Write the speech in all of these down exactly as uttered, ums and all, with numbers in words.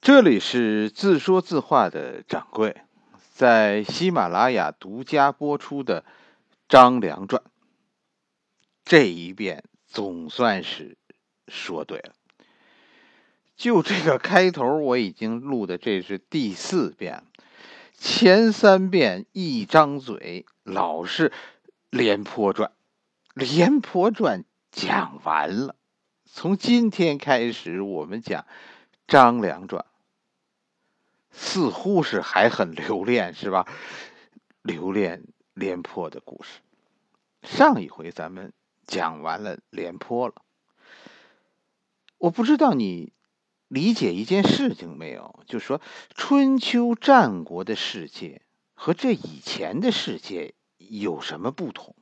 这里是自说自话的掌柜，在喜马拉雅独家播出的《张良传》，这一遍总算是说对了。就这个开头，我已经录的这是第四遍了，前三遍一张嘴老是廉颇传，廉颇传讲完了，从今天开始我们讲张良传。似乎是还很留恋，是吧？留恋廉颇的故事。上一回咱们讲完了廉颇了，我不知道你理解一件事情没有，就是说春秋战国的世界和这以前的世界有什么不同？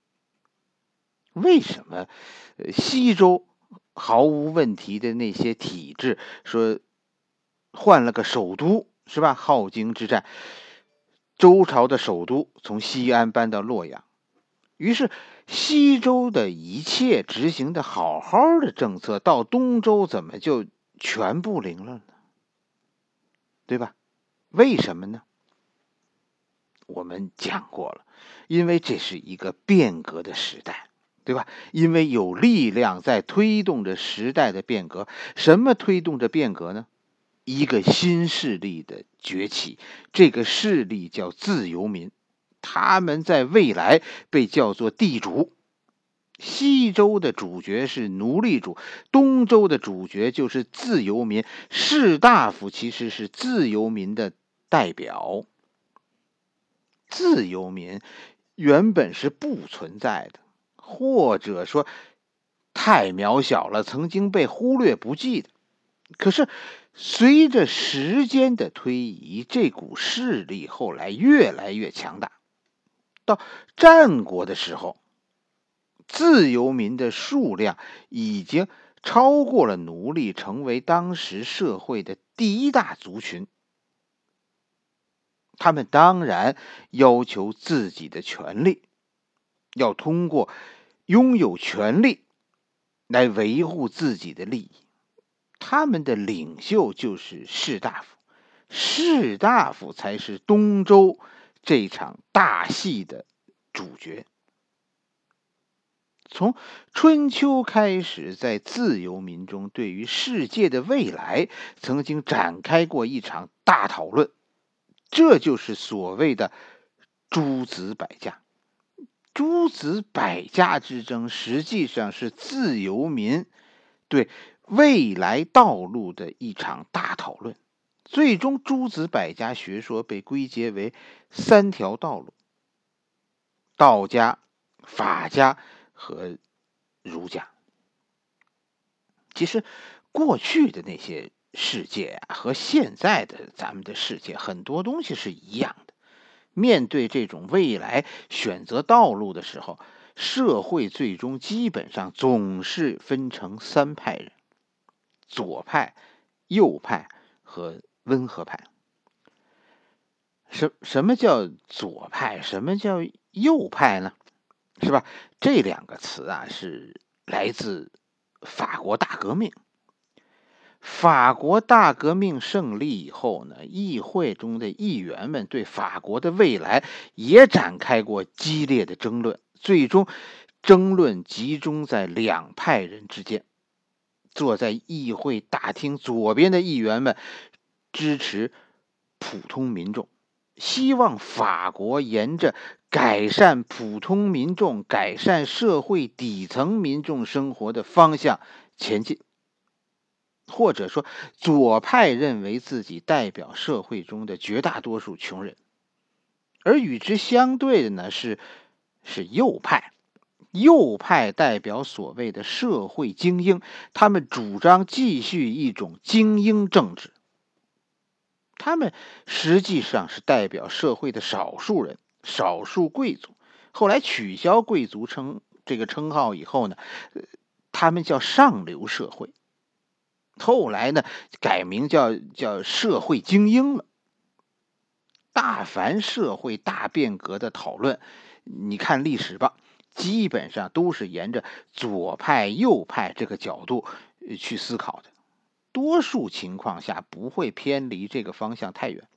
为什么呃西周毫无问题的那些体制，说换了个首都，是吧？镐京之战，周朝的首都从西安搬到洛阳，于是西周的一切执行的好好的政策，到东周怎么就全不灵了呢？对吧？为什么呢？我们讲过了，因为这是一个变革的时代，对吧？因为有力量在推动着时代的变革。什么推动着变革呢？一个新势力的崛起，这个势力叫自由民，他们在未来被叫做地主。西周的主角是奴隶主，东周的主角就是自由民，士大夫其实是自由民的代表。自由民原本是不存在的，或者说太渺小了，曾经被忽略不计的。可是随着时间的推移，这股势力后来越来越强大。到战国的时候，自由民的数量已经超过了奴隶，成为当时社会的第一大族群。他们当然要求自己的权利，要通过拥有权利来维护自己的利益。他们的领袖就是士大夫，士大夫才是东周这场大戏的主角。从春秋开始，在自由民中对于世界的未来曾经展开过一场大讨论，这就是所谓的诸子百家。诸子百家之争实际上是自由民对未来道路的一场大讨论。最终诸子百家学说被归结为三条道路：道家、法家和儒家。其实过去的那些世界啊，和现在的咱们的世界很多东西是一样的。面对这种未来选择道路的时候，社会最终基本上总是分成三派人：左派、右派和温和派。什什么叫左派？什么叫右派呢？是吧？这两个词啊，是来自法国大革命。法国大革命胜利以后呢，议会中的议员们对法国的未来也展开过激烈的争论，最终争论集中在两派人之间。坐在议会大厅左边的议员们支持普通民众，希望法国沿着改善普通民众、改善社会底层民众生活的方向前进。或者说，左派认为自己代表社会中的绝大多数穷人，而与之相对的呢是是右派。右派代表所谓的社会精英，他们主张继续一种精英政治。他们实际上是代表社会的少数人、少数贵族。后来取消贵族称这个称号以后呢，呃他们叫上流社会。后来呢，改名叫叫社会精英了。大凡社会大变革的讨论，你看历史吧，基本上都是沿着左派、右派这个角度去思考的。 多数情况下不会偏离这个方向太远。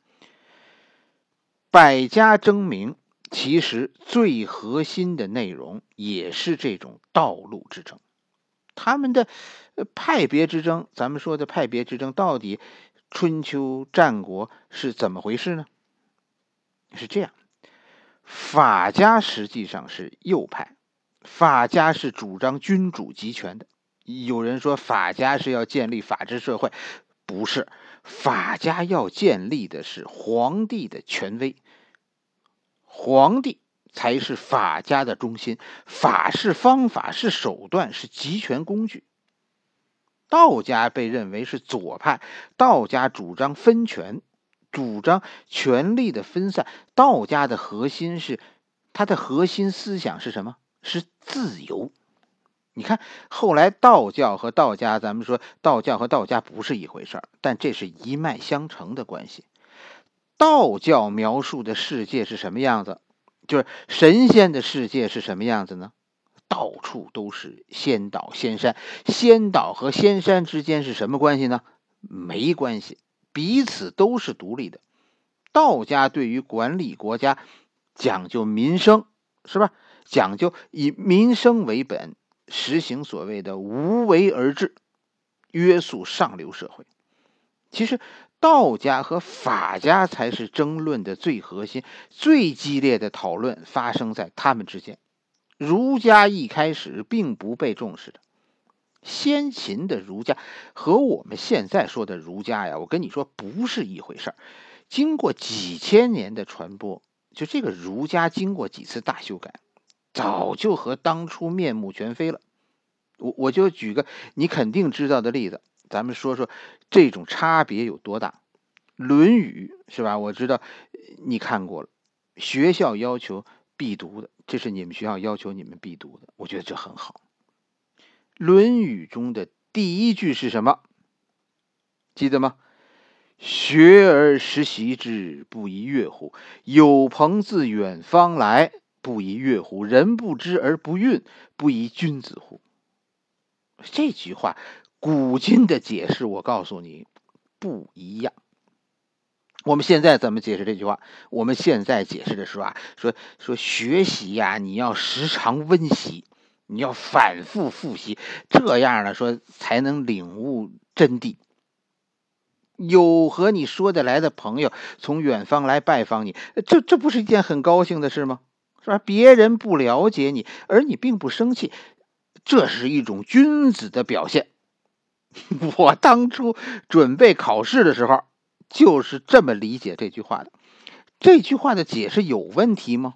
百家争鸣其实最核心的内容也是这种道路之争。他们的派别之争，咱们说的派别之争，到底春秋战国是怎么回事呢？是这样，法家实际上是右派，法家是主张君主集权的。有人说法家是要建立法治社会，不是，法家要建立的是皇帝的权威，皇帝才是法家的中心，法是方法，是手段，是集权工具。道家被认为是左派，道家主张分权，主张权力的分散。道家的核心是，它的核心思想是什么？是自由。你看后来道教和道家，咱们说道教和道家不是一回事儿，但这是一脉相承的关系。道教描述的世界是什么样子？就是神仙的世界是什么样子呢？到处都是仙岛仙山，仙岛和仙山之间是什么关系呢？没关系，彼此都是独立的。道家对于管理国家讲究民生，是吧？讲究以民生为本，实行所谓的无为而治，约束上流社会。其实道家和法家才是争论的最核心，最激烈的讨论发生在他们之间。儒家一开始并不被重视的，先秦的儒家和我们现在说的儒家呀，我跟你说不是一回事儿。经过几千年的传播，就这个儒家经过几次大修改，早就和当初面目全非了。我我就举个你肯定知道的例子，咱们说说这种差别有多大。论语是吧？我知道你看过了，学校要求必读的，这是你们学校要求你们必读的，我觉得这很好。论语中的第一句是什么？记得吗？学而时习之，不亦说乎？有朋自远方来，不亦说乎？人不知而不愠，不亦君子乎？这句话古今的解释我告诉你不一样。我们现在怎么解释这句话？我们现在解释的是啊，说说学习呀、啊，你要时常温习，你要反复复习，这样呢说才能领悟真谛。有和你说得来的朋友从远方来拜访你，这这不是一件很高兴的事吗？是吧？别人不了解你，而你并不生气，这是一种君子的表现。我当初准备考试的时候，就是这么理解这句话的。这句话的解释有问题吗？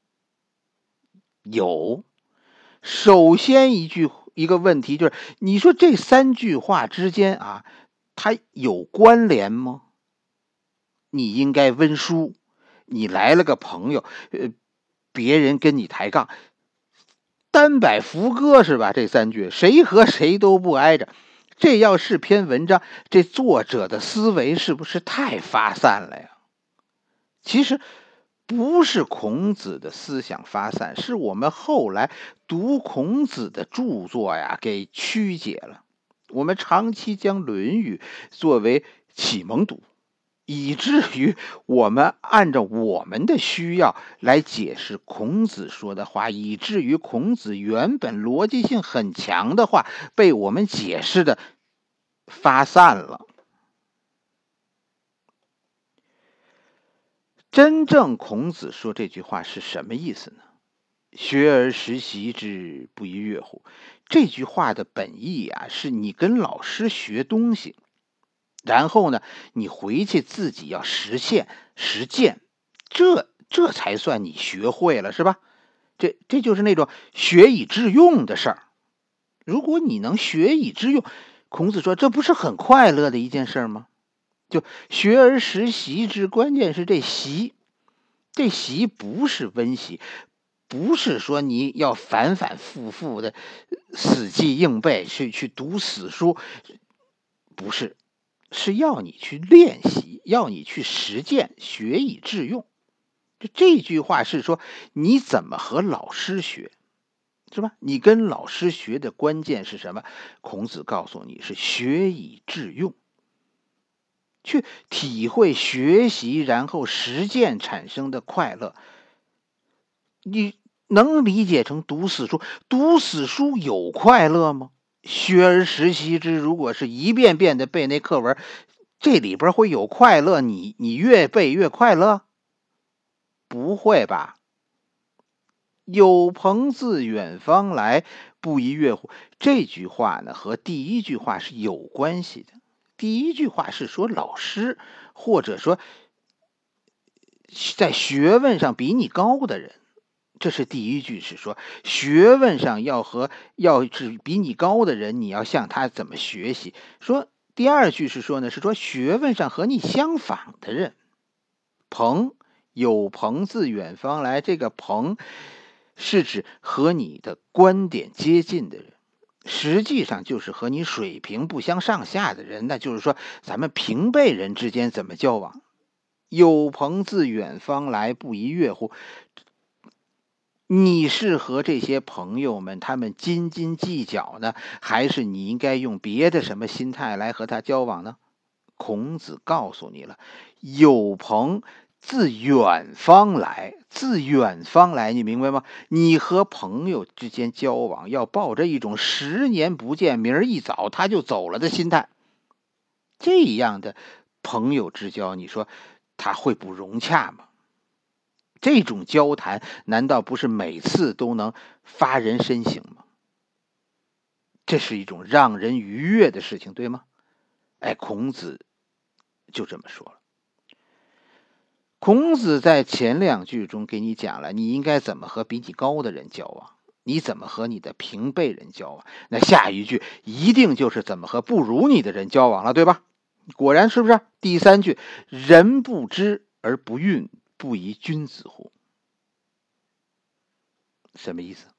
有。首先一句一个问题就是，你说这三句话之间啊，它有关联吗？你应该温书，你来了个朋友，呃，别人跟你抬杠，单摆浮歌是吧？这三句谁和谁都不挨着。这要是篇文章，这作者的思维是不是太发散了呀？其实不是孔子的思想发散，是我们后来读孔子的著作呀给曲解了。我们长期将《论语》作为启蒙读，以至于我们按照我们的需要来解释孔子说的话，以至于孔子原本逻辑性很强的话被我们解释的发散了。真正孔子说这句话是什么意思呢？学而时习之，不亦说乎？这句话的本意啊，是你跟老师学东西，然后呢，你回去自己要实现实践，这这才算你学会了，是吧？这这就是那种学以致用的事儿。如果你能学以致用，孔子说这不是很快乐的一件事吗？就学而时习之，关键是这习，这习不是温习，不是说你要反反复复的死记硬背去去读死书，不是，是要你去练习，要你去实践，学以致用。这这句话是说你怎么和老师学， 是吧？你跟老师学的关键是什么？孔子告诉你是学以致用，去体会学习然后实践产生的快乐。你能理解成读死书？读死书有快乐吗？学而时习之，如果是一遍遍的背那课文，这里边会有快乐？你你越背越快乐？不会吧？有朋自远方来，不亦乐乎？这句话呢，和第一句话是有关系的。第一句话是说老师，或者说在学问上比你高的人，这是第一句，是说学问上要和要是比你高的人，你要向他怎么学习。说第二句是说呢，是说学问上和你相仿的人，朋有朋自远方来，这个朋是指和你的观点接近的人，实际上就是和你水平不相上下的人。那就是说咱们平辈人之间怎么交往？有朋自远方来，不亦乐乎？你是和这些朋友们他们斤斤计较呢，还是你应该用别的什么心态来和他交往呢？孔子告诉你了，有朋自远方来，自远方来，你明白吗？你和朋友之间交往，要抱着一种十年不见，明儿一早他就走了的心态。这样的朋友之交，你说他会不融洽吗？这种交谈难道不是每次都能发人深省吗？这是一种让人愉悦的事情，对吗？哎，孔子就这么说了。孔子在前两句中给你讲了你应该怎么和比你高的人交往，你怎么和你的平辈人交往，那下一句一定就是怎么和不如你的人交往了，对吧？果然是不是？第三句，人不知而不愠，不亦君子乎？什么意思？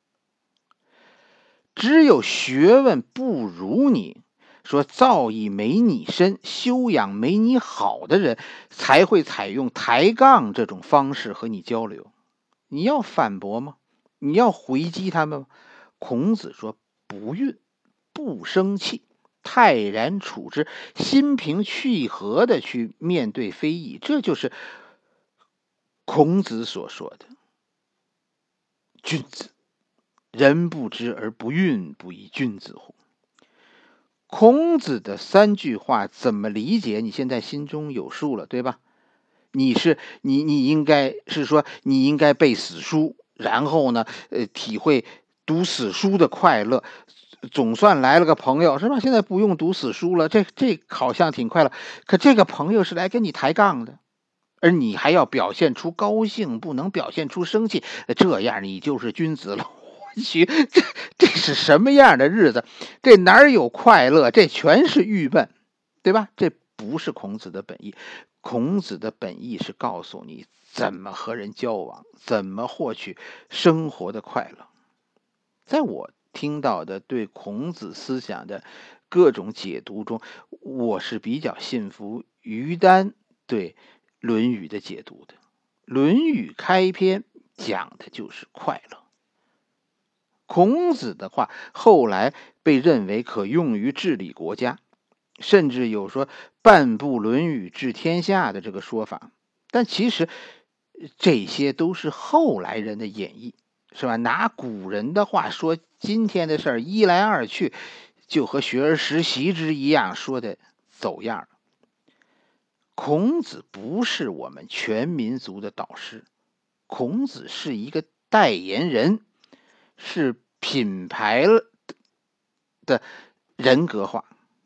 只有学问不如你，说造诣没你深，修养没你好的人，才会采用抬杠这种方式和你交流。你要反驳吗？你要回击他们吗？孔子说不愠，不生气，泰然处之，心平气和的去面对非议，这就是孔子所说的君子。人不知而不愠，不亦君子乎？孔子的三句话怎么理解？你现在心中有数了，对吧？你是你你应该是说，你应该背死书，然后呢，呃，体会读死书的快乐。总算来了个朋友，是吧？现在不用读死书了，这这好像挺快乐。可这个朋友是来跟你抬杠的，而你还要表现出高兴，不能表现出生气，这样你就是君子了。我去，这这是什么样的日子？这哪有快乐？这全是郁闷，对吧？这不是孔子的本意。孔子的本意是告诉你怎么和人交往，怎么获取生活的快乐。在我听到的对孔子思想的各种解读中，我是比较信服于丹对《论语》的解读的。《论语》开篇讲的就是快乐。孔子的话后来被认为可用于治理国家，甚至有说半部《论语》治天下的这个说法。但其实这些都是后来人的演绎，是吧？拿古人的话说今天的事儿，一来二去就和学而时习之一样，说的走样了。孔子不是我们全民族的导师，孔子是一个代言人，是品牌的人格化。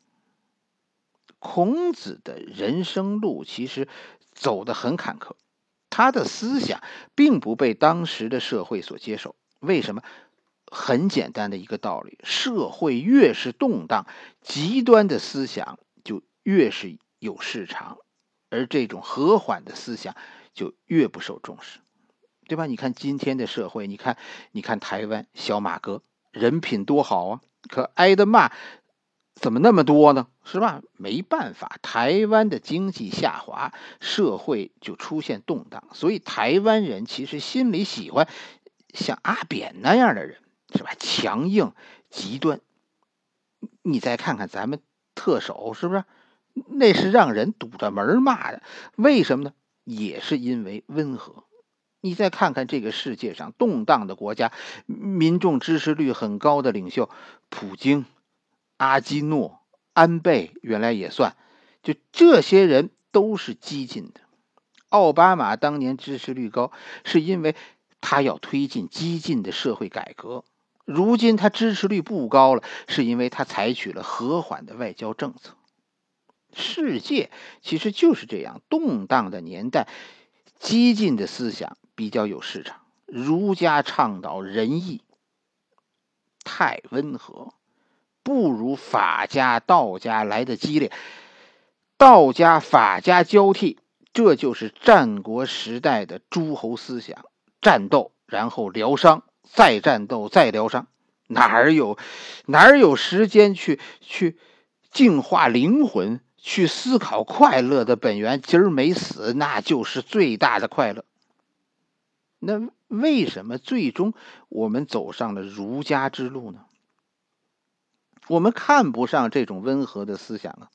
孔子的人生路其实走得很坎坷，他的思想并不被当时的社会所接受。为什么？很简单的一个道理，社会越是动荡，极端的思想就越是有市场，而这种和缓的思想就越不受重视，对吧？你看今天的社会，你看你看台湾小马哥人品多好啊，可挨的骂怎么那么多呢？是吧？没办法，台湾的经济下滑，社会就出现动荡，所以台湾人其实心里喜欢像阿扁那样的人， 是吧？强硬极端。你再看看咱们特首，是不是？那是让人堵着门骂的。为什么呢？也是因为温和。你再看看这个世界上动荡的国家，民众支持率很高的领袖，普京、阿基诺、安倍原来也算，就这些人都是激进的。奥巴马当年支持率高，是因为他要推进激进的社会改革。如今他支持率不高了，是因为他采取了和缓的外交政策。世界其实就是这样，动荡的年代，激进的思想比较有市场。儒家倡导仁义，太温和，不如法家、道家来的激烈。道家、法家交替，这就是战国时代的诸侯思想：战斗，然后疗伤，再战斗，再疗伤。哪有哪有时间去去净化灵魂，去思考快乐的本源？今儿没死，那就是最大的快乐。那为什么最终我们走上了儒家之路呢？我们看不上这种温和的思想啊。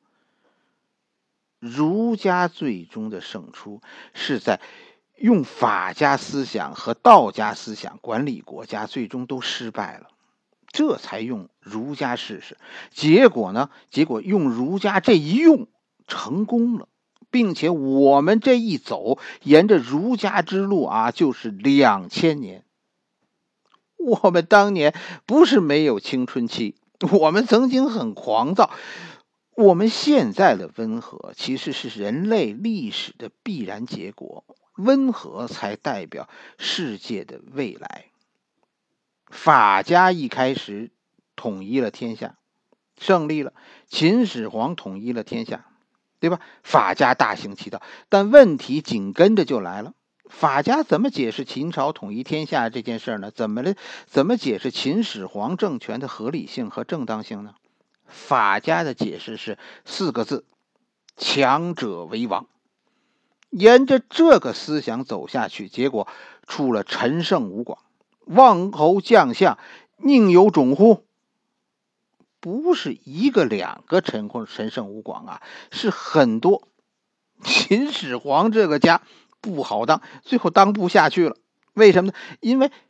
儒家最终的胜出是在用法家思想和道家思想管理国家，最终都失败了，这才用儒家试试。结果呢？结果用儒家这一用成功了，并且我们这一走，沿着儒家之路啊，就是两千年。我们当年不是没有青春期，我们曾经很狂躁。我们现在的温和其实是人类历史的必然结果，温和才代表世界的未来。法家一开始统一了天下，胜利了，秦始皇统一了天下，对吧？法家大行其道，但问题紧跟着就来了。法家怎么解释秦朝统一天下这件事呢？怎么怎么解释秦始皇政权的合理性和正当性呢？法家的解释是四个字：强者为王。沿着这个思想走下去，结果出了陈胜吴广。望侯将相，宁有种乎？不是一个两个陈陈胜吴广啊，是很多。秦始皇这个家不好当，最后当不下去了。为什么呢？因为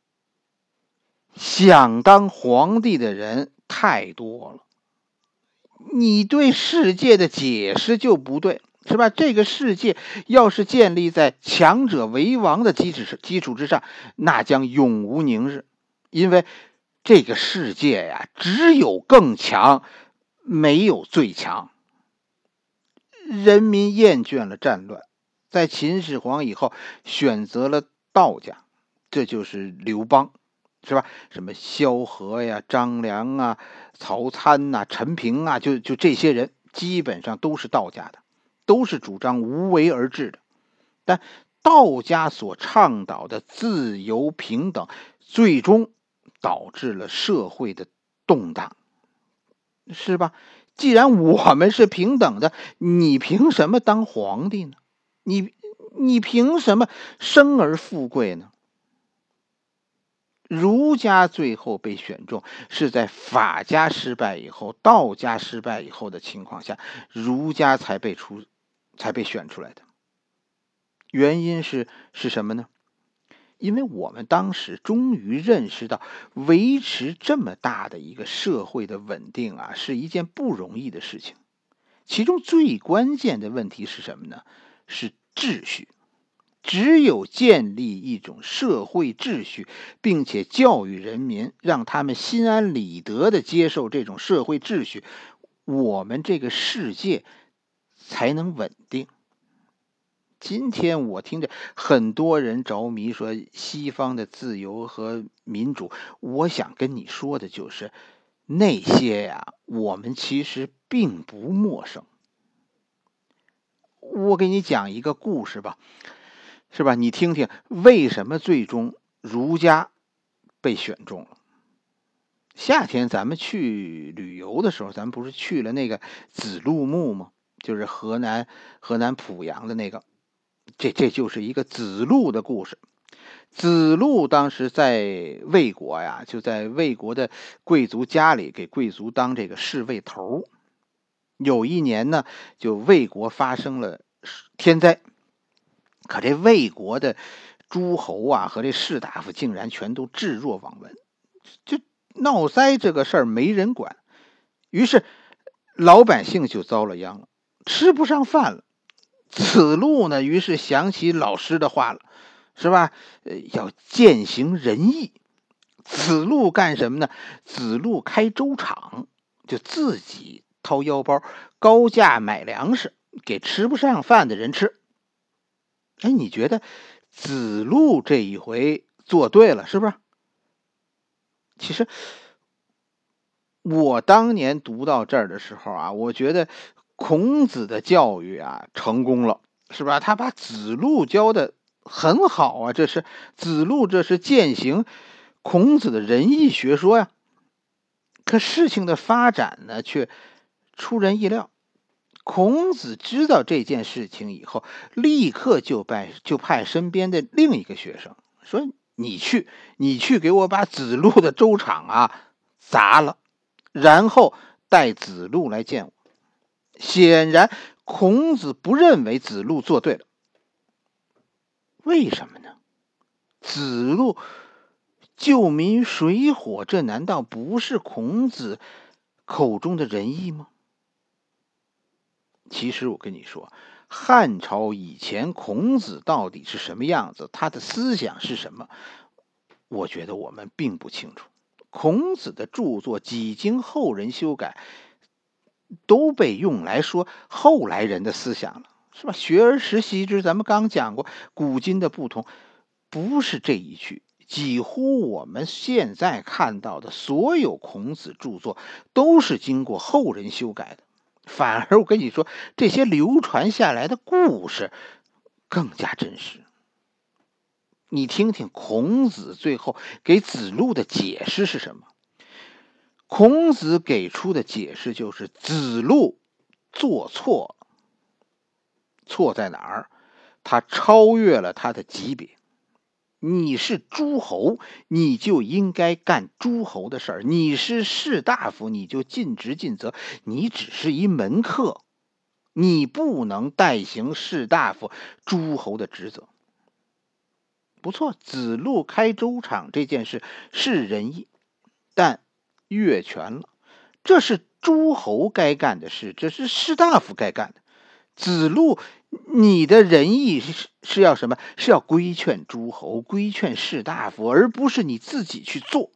想当皇帝的人太多了，你对世界的解释就不对，是吧？这个世界要是建立在强者为王的基础基础之上，那将永无宁日。因为这个世界呀，只有更强，没有最强。人民厌倦了战乱，在秦始皇以后选择了道家，这就是刘邦，是吧？什么萧何呀、张良啊、曹参呐、陈平啊，就就这些人基本上都是道家的，都是主张无为而治的。但道家所倡导的自由平等，最终导致了社会的动荡，是吧？既然我们是平等的，你凭什么当皇帝呢？你你凭什么生而富贵呢？儒家最后被选中，是在法家失败以后、道家失败以后的情况下，儒家才被出才被选出来的。原因是是什么呢？因为我们当时终于认识到，维持这么大的一个社会的稳定啊，是一件不容易的事情。其中最关键的问题是什么呢？是秩序。只有建立一种社会秩序，并且教育人民，让他们心安理得地接受这种社会秩序，我们这个世界才能稳定。今天我听着很多人着迷说西方的自由和民主，我想跟你说的就是那些呀，我们其实并不陌生。我给你讲一个故事吧，是吧？你听听为什么最终儒家被选中了。夏天咱们去旅游的时候，咱们不是去了那个子路墓吗？就是河南河南濮阳的那个，这这就是一个子路的故事。 子路当时在魏国呀，就在魏国的贵族家里给贵族当这个侍卫头。有一年呢，就魏国发生了天灾，可这魏国的诸侯啊和这士大夫竟然全都置若罔闻，就闹灾这个事儿没人管，于是老百姓就遭了殃了，吃不上饭了。子路呢，于是想起老师的话了，是吧？呃，要践行仁义。子路干什么呢？子路开粥厂，就自己掏腰包，高价买粮食给吃不上饭的人吃。哎，你觉得子路这一回做对了是不是？其实我当年读到这儿的时候啊，我觉得孔子的教育啊成功了，是吧？他把子路教的很好啊，这是子路这是践行孔子的仁义学说呀。可事情的发展呢，却出人意料。孔子知道这件事情以后，立刻就派就派身边的另一个学生说：“你去，你去给我把子路的粥厂啊砸了，然后带子路来见我。”显然，孔子不认为子路做对了。为什么呢？子路救民于水火，这难道不是孔子口中的仁义吗？其实我跟你说，汉朝以前孔子到底是什么样子，他的思想是什么，我觉得我们并不清楚。孔子的著作几经后人修改，都被用来说后来人的思想了，是吧？学而时习之，咱们刚讲过古今的不同，不是这一句。几乎我们现在看到的所有孔子著作都是经过后人修改的，反而我跟你说，这些流传下来的故事更加真实。你听听孔子最后给子路的解释是什么？孔子给出的解释就是子路做错了。错在哪儿？他超越了他的级别。你是诸侯，你就应该干诸侯的事儿；你是士大夫，你就尽职尽责。你只是一门客，你不能代行士大夫、诸侯的职责。不错，子路开粥厂这件事是仁义，但越权了。这是诸侯该干的事，这是士大夫该干的。子路，你的仁义是是要什么？是要规劝诸侯，规劝士大夫，而不是你自己去做。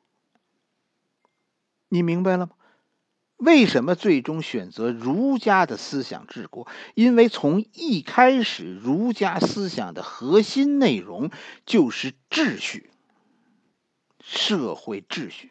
你明白了吗？为什么最终选择儒家的思想治国？因为从一开始，儒家思想的核心内容就是秩序，社会秩序。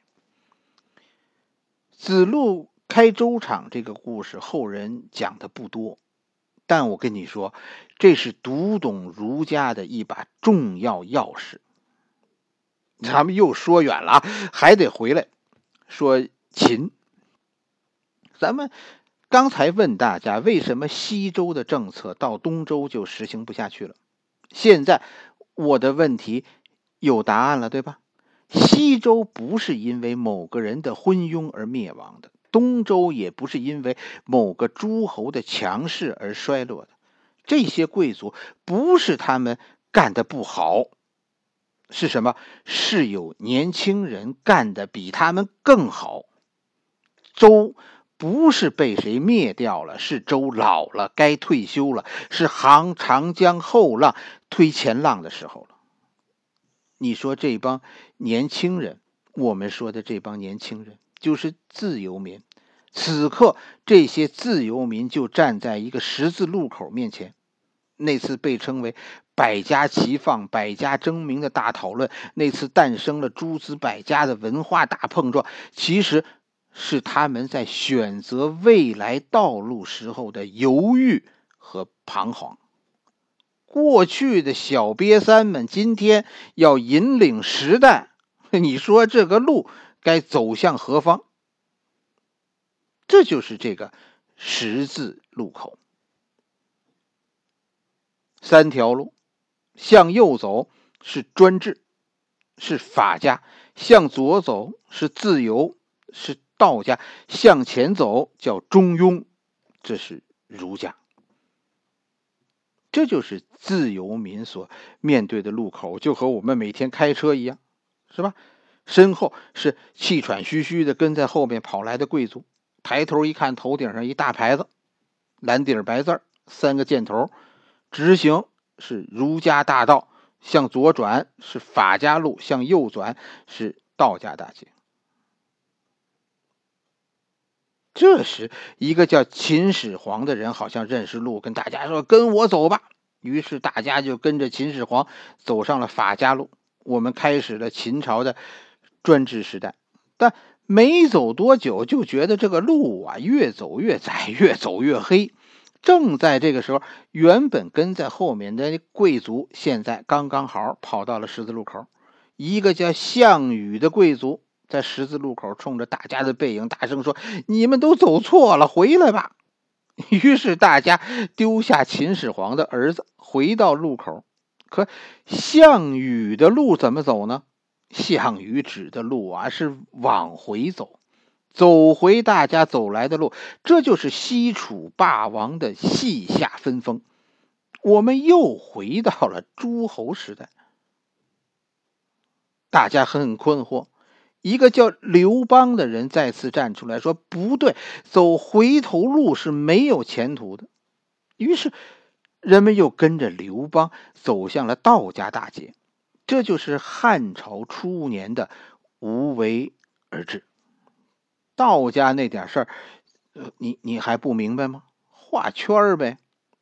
子路开粥厂这个故事，后人讲的不多。但我跟你说，这是读懂儒家的一把重要钥匙。咱们又说远了，还得回来说秦。咱们刚才问大家，为什么西周的政策到东周就实行不下去了？现在我的问题有答案了，对吧？西周不是因为某个人的昏庸而灭亡的，东周也不是因为某个诸侯的强势而衰落的。这些贵族不是他们干得不好，是什么？是有年轻人干得比他们更好。周不是被谁灭掉了，是周老了，该退休了，是航长江后浪推前浪的时候了。你说这帮年轻人，我们说的这帮年轻人就是自由民。此刻这些自由民就站在一个十字路口面前。那次被称为百家齐放、百家争鸣的大讨论，那次诞生了诸子百家的文化大碰撞，其实是他们在选择未来道路时候的犹豫和彷徨。过去的小瘪三们今天要引领时代，你说这个路该走向何方？这就是这个十字路口。三条路，向右走是专制，是法家；向左走是自由，是道家；向前走叫中庸，这是儒家。这就是自由民所面对的路口，就和我们每天开车一样，是吧？身后是气喘吁吁的跟在后面跑来的贵族，抬头一看，头顶上一大牌子，蓝底白字，三个箭头，直行是儒家大道，向左转是法家路，向右转是道家大街。这时一个叫秦始皇的人好像认识路，跟大家说跟我走吧。于是大家就跟着秦始皇走上了法家路，我们开始了秦朝的专制时代。但没走多久就觉得这个路啊越走越窄，越走越黑。正在这个时候，原本跟在后面的贵族现在刚刚好跑到了十字路口，一个叫项羽的贵族在十字路口冲着大家的背影大声说：你们都走错了，回来吧。于是大家丢下秦始皇的儿子回到路口。可项羽的路怎么走呢？项羽指的路啊是往回走，走回大家走来的路。这就是西楚霸王的西夏分封，我们又回到了诸侯时代。大家很困惑，一个叫刘邦的人再次站出来说：不对，走回头路是没有前途的。于是人们又跟着刘邦走向了道家大街，这就是汉朝初年的无为而治。道家那点事儿，你你还不明白吗？画圈呗。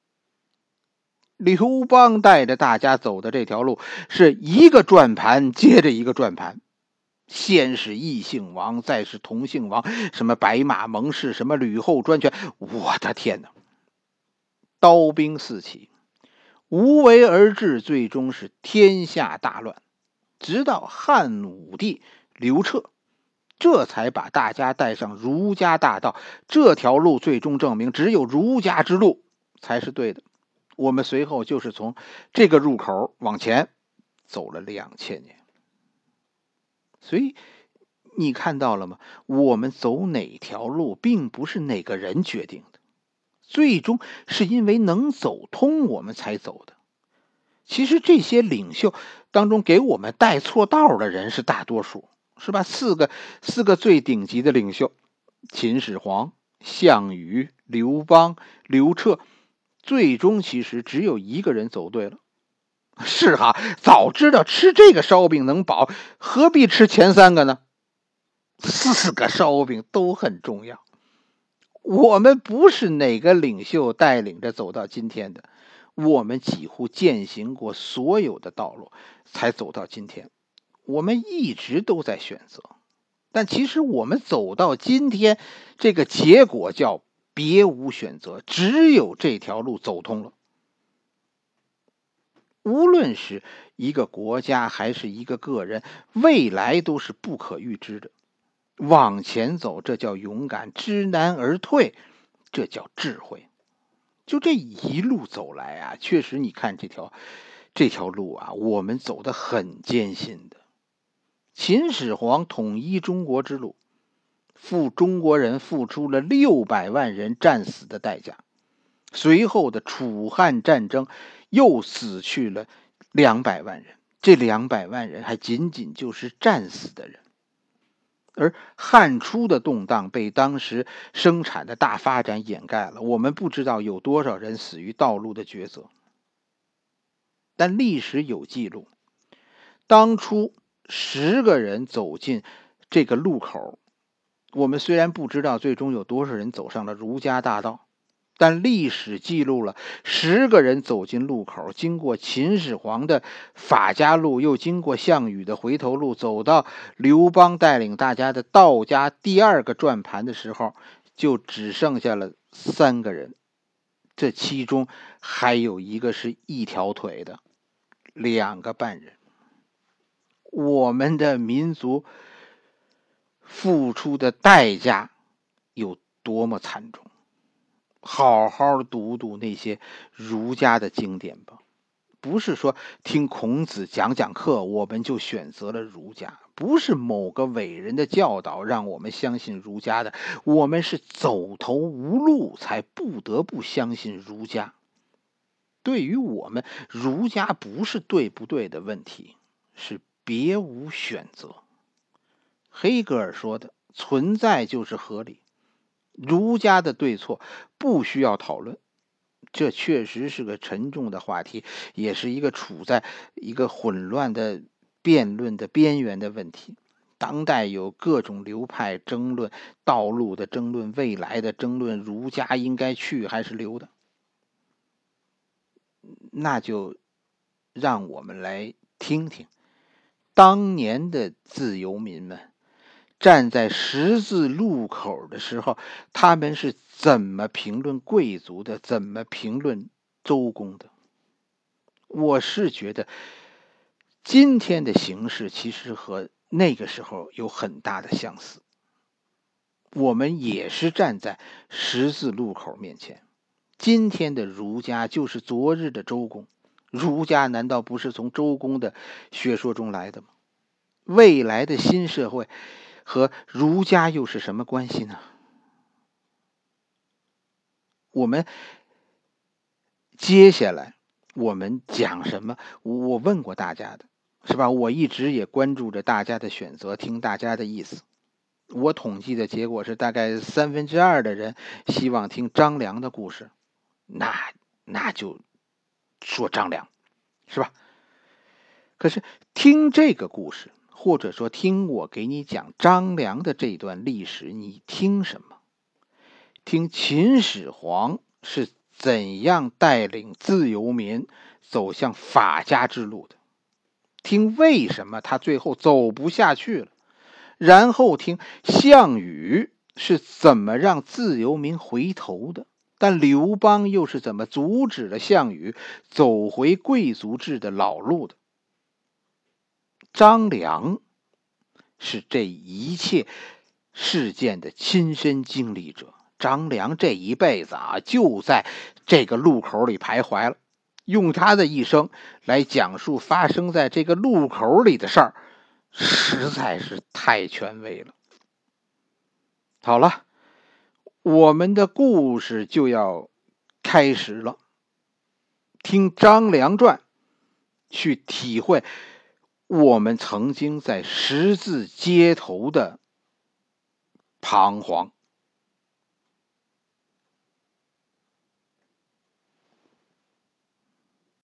刘邦带着大家走的这条路是一个转盘接着一个转盘，先是异姓王，再是同姓王，什么白马盟誓，什么吕后专权，我的天哪！刀兵四起，无为而治，最终是天下大乱。直到汉武帝刘彻，这才把大家带上儒家大道。这条路最终证明，只有儒家之路才是对的。我们随后就是从这个入口往前走了两千年。所以你看到了吗？我们走哪条路并不是哪个人决定的，最终是因为能走通我们才走的。其实这些领袖当中给我们带错道的人是大多数，是吧？四个四个最顶级的领袖，秦始皇、项羽、刘邦、刘彻，最终其实只有一个人走对了。是哈，早知道吃这个烧饼能饱，何必吃前三个呢？四个烧饼都很重要。我们不是哪个领袖带领着走到今天的，我们几乎践行过所有的道路才走到今天。我们一直都在选择，但其实我们走到今天，这个结果叫别无选择，只有这条路走通了。无论是一个国家还是一个个人，未来都是不可预知的。往前走，这叫勇敢；知难而退，这叫智慧。就这一路走来啊，确实你看这条这条路啊，我们走得很艰辛的。秦始皇统一中国之路，付中国人付出了六百万人战死的代价。随后的楚汉战争又死去了两百万人，这两百万人还仅仅就是战死的人。而汉初的动荡被当时生产的大发展掩盖了，我们不知道有多少人死于道路的抉择。但历史有记录，当初十个人走进这个路口，我们虽然不知道最终有多少人走上了儒家大道，但历史记录了十个人走进路口，经过秦始皇的法家路，又经过项羽的回头路，走到刘邦带领大家的道家第二个转盘的时候，就只剩下了三个人。这其中还有一个是一条腿的，两个半人。我们的民族付出的代价有多么惨重？好好读读那些儒家的经典吧， 不是说听孔子讲讲课我们就选择了儒家，不是某个伟人的教导让我们相信儒家的，我们是走投无路才不得不相信儒家。对于我们，儒家不是对不对的问题，是别无选择。黑格尔说的存在就是合理，儒家的对错不需要讨论。这确实是个沉重的话题，也是一个处在一个混乱的辩论的边缘的问题。当代有各种流派争论，道路的争论，未来的争论，儒家应该去还是留的。那就让我们来听听当年的自由民们站在十字路口的时候，他们是怎么评论贵族的，怎么评论周公的。我是觉得今天的形势其实和那个时候有很大的相似，我们也是站在十字路口面前。今天的儒家就是昨日的周公，儒家难道不是从周公的学说中来的吗？未来的新社会和儒家又是什么关系呢？我们接下来我们讲什么？我问过大家的，是吧？我一直也关注着大家的选择，听大家的意思。我统计的结果是，大概三分之二的人希望听张良的故事，那那就说张良，是吧？可是听这个故事，或者说听我给你讲张良的这段历史，你听什么？听秦始皇是怎样带领自由民走向法家之路的，听为什么他最后走不下去了，然后听项羽是怎么让自由民回头的，但刘邦又是怎么阻止了项羽走回贵族制的老路的。张良是这一切事件的亲身经历者，张良这一辈子啊，就在这个路口里徘徊了，用他的一生来讲述发生在这个路口里的事儿，实在是太权威了。好了，我们的故事就要开始了，听张良传，去体会我们曾经在十字街头的彷徨。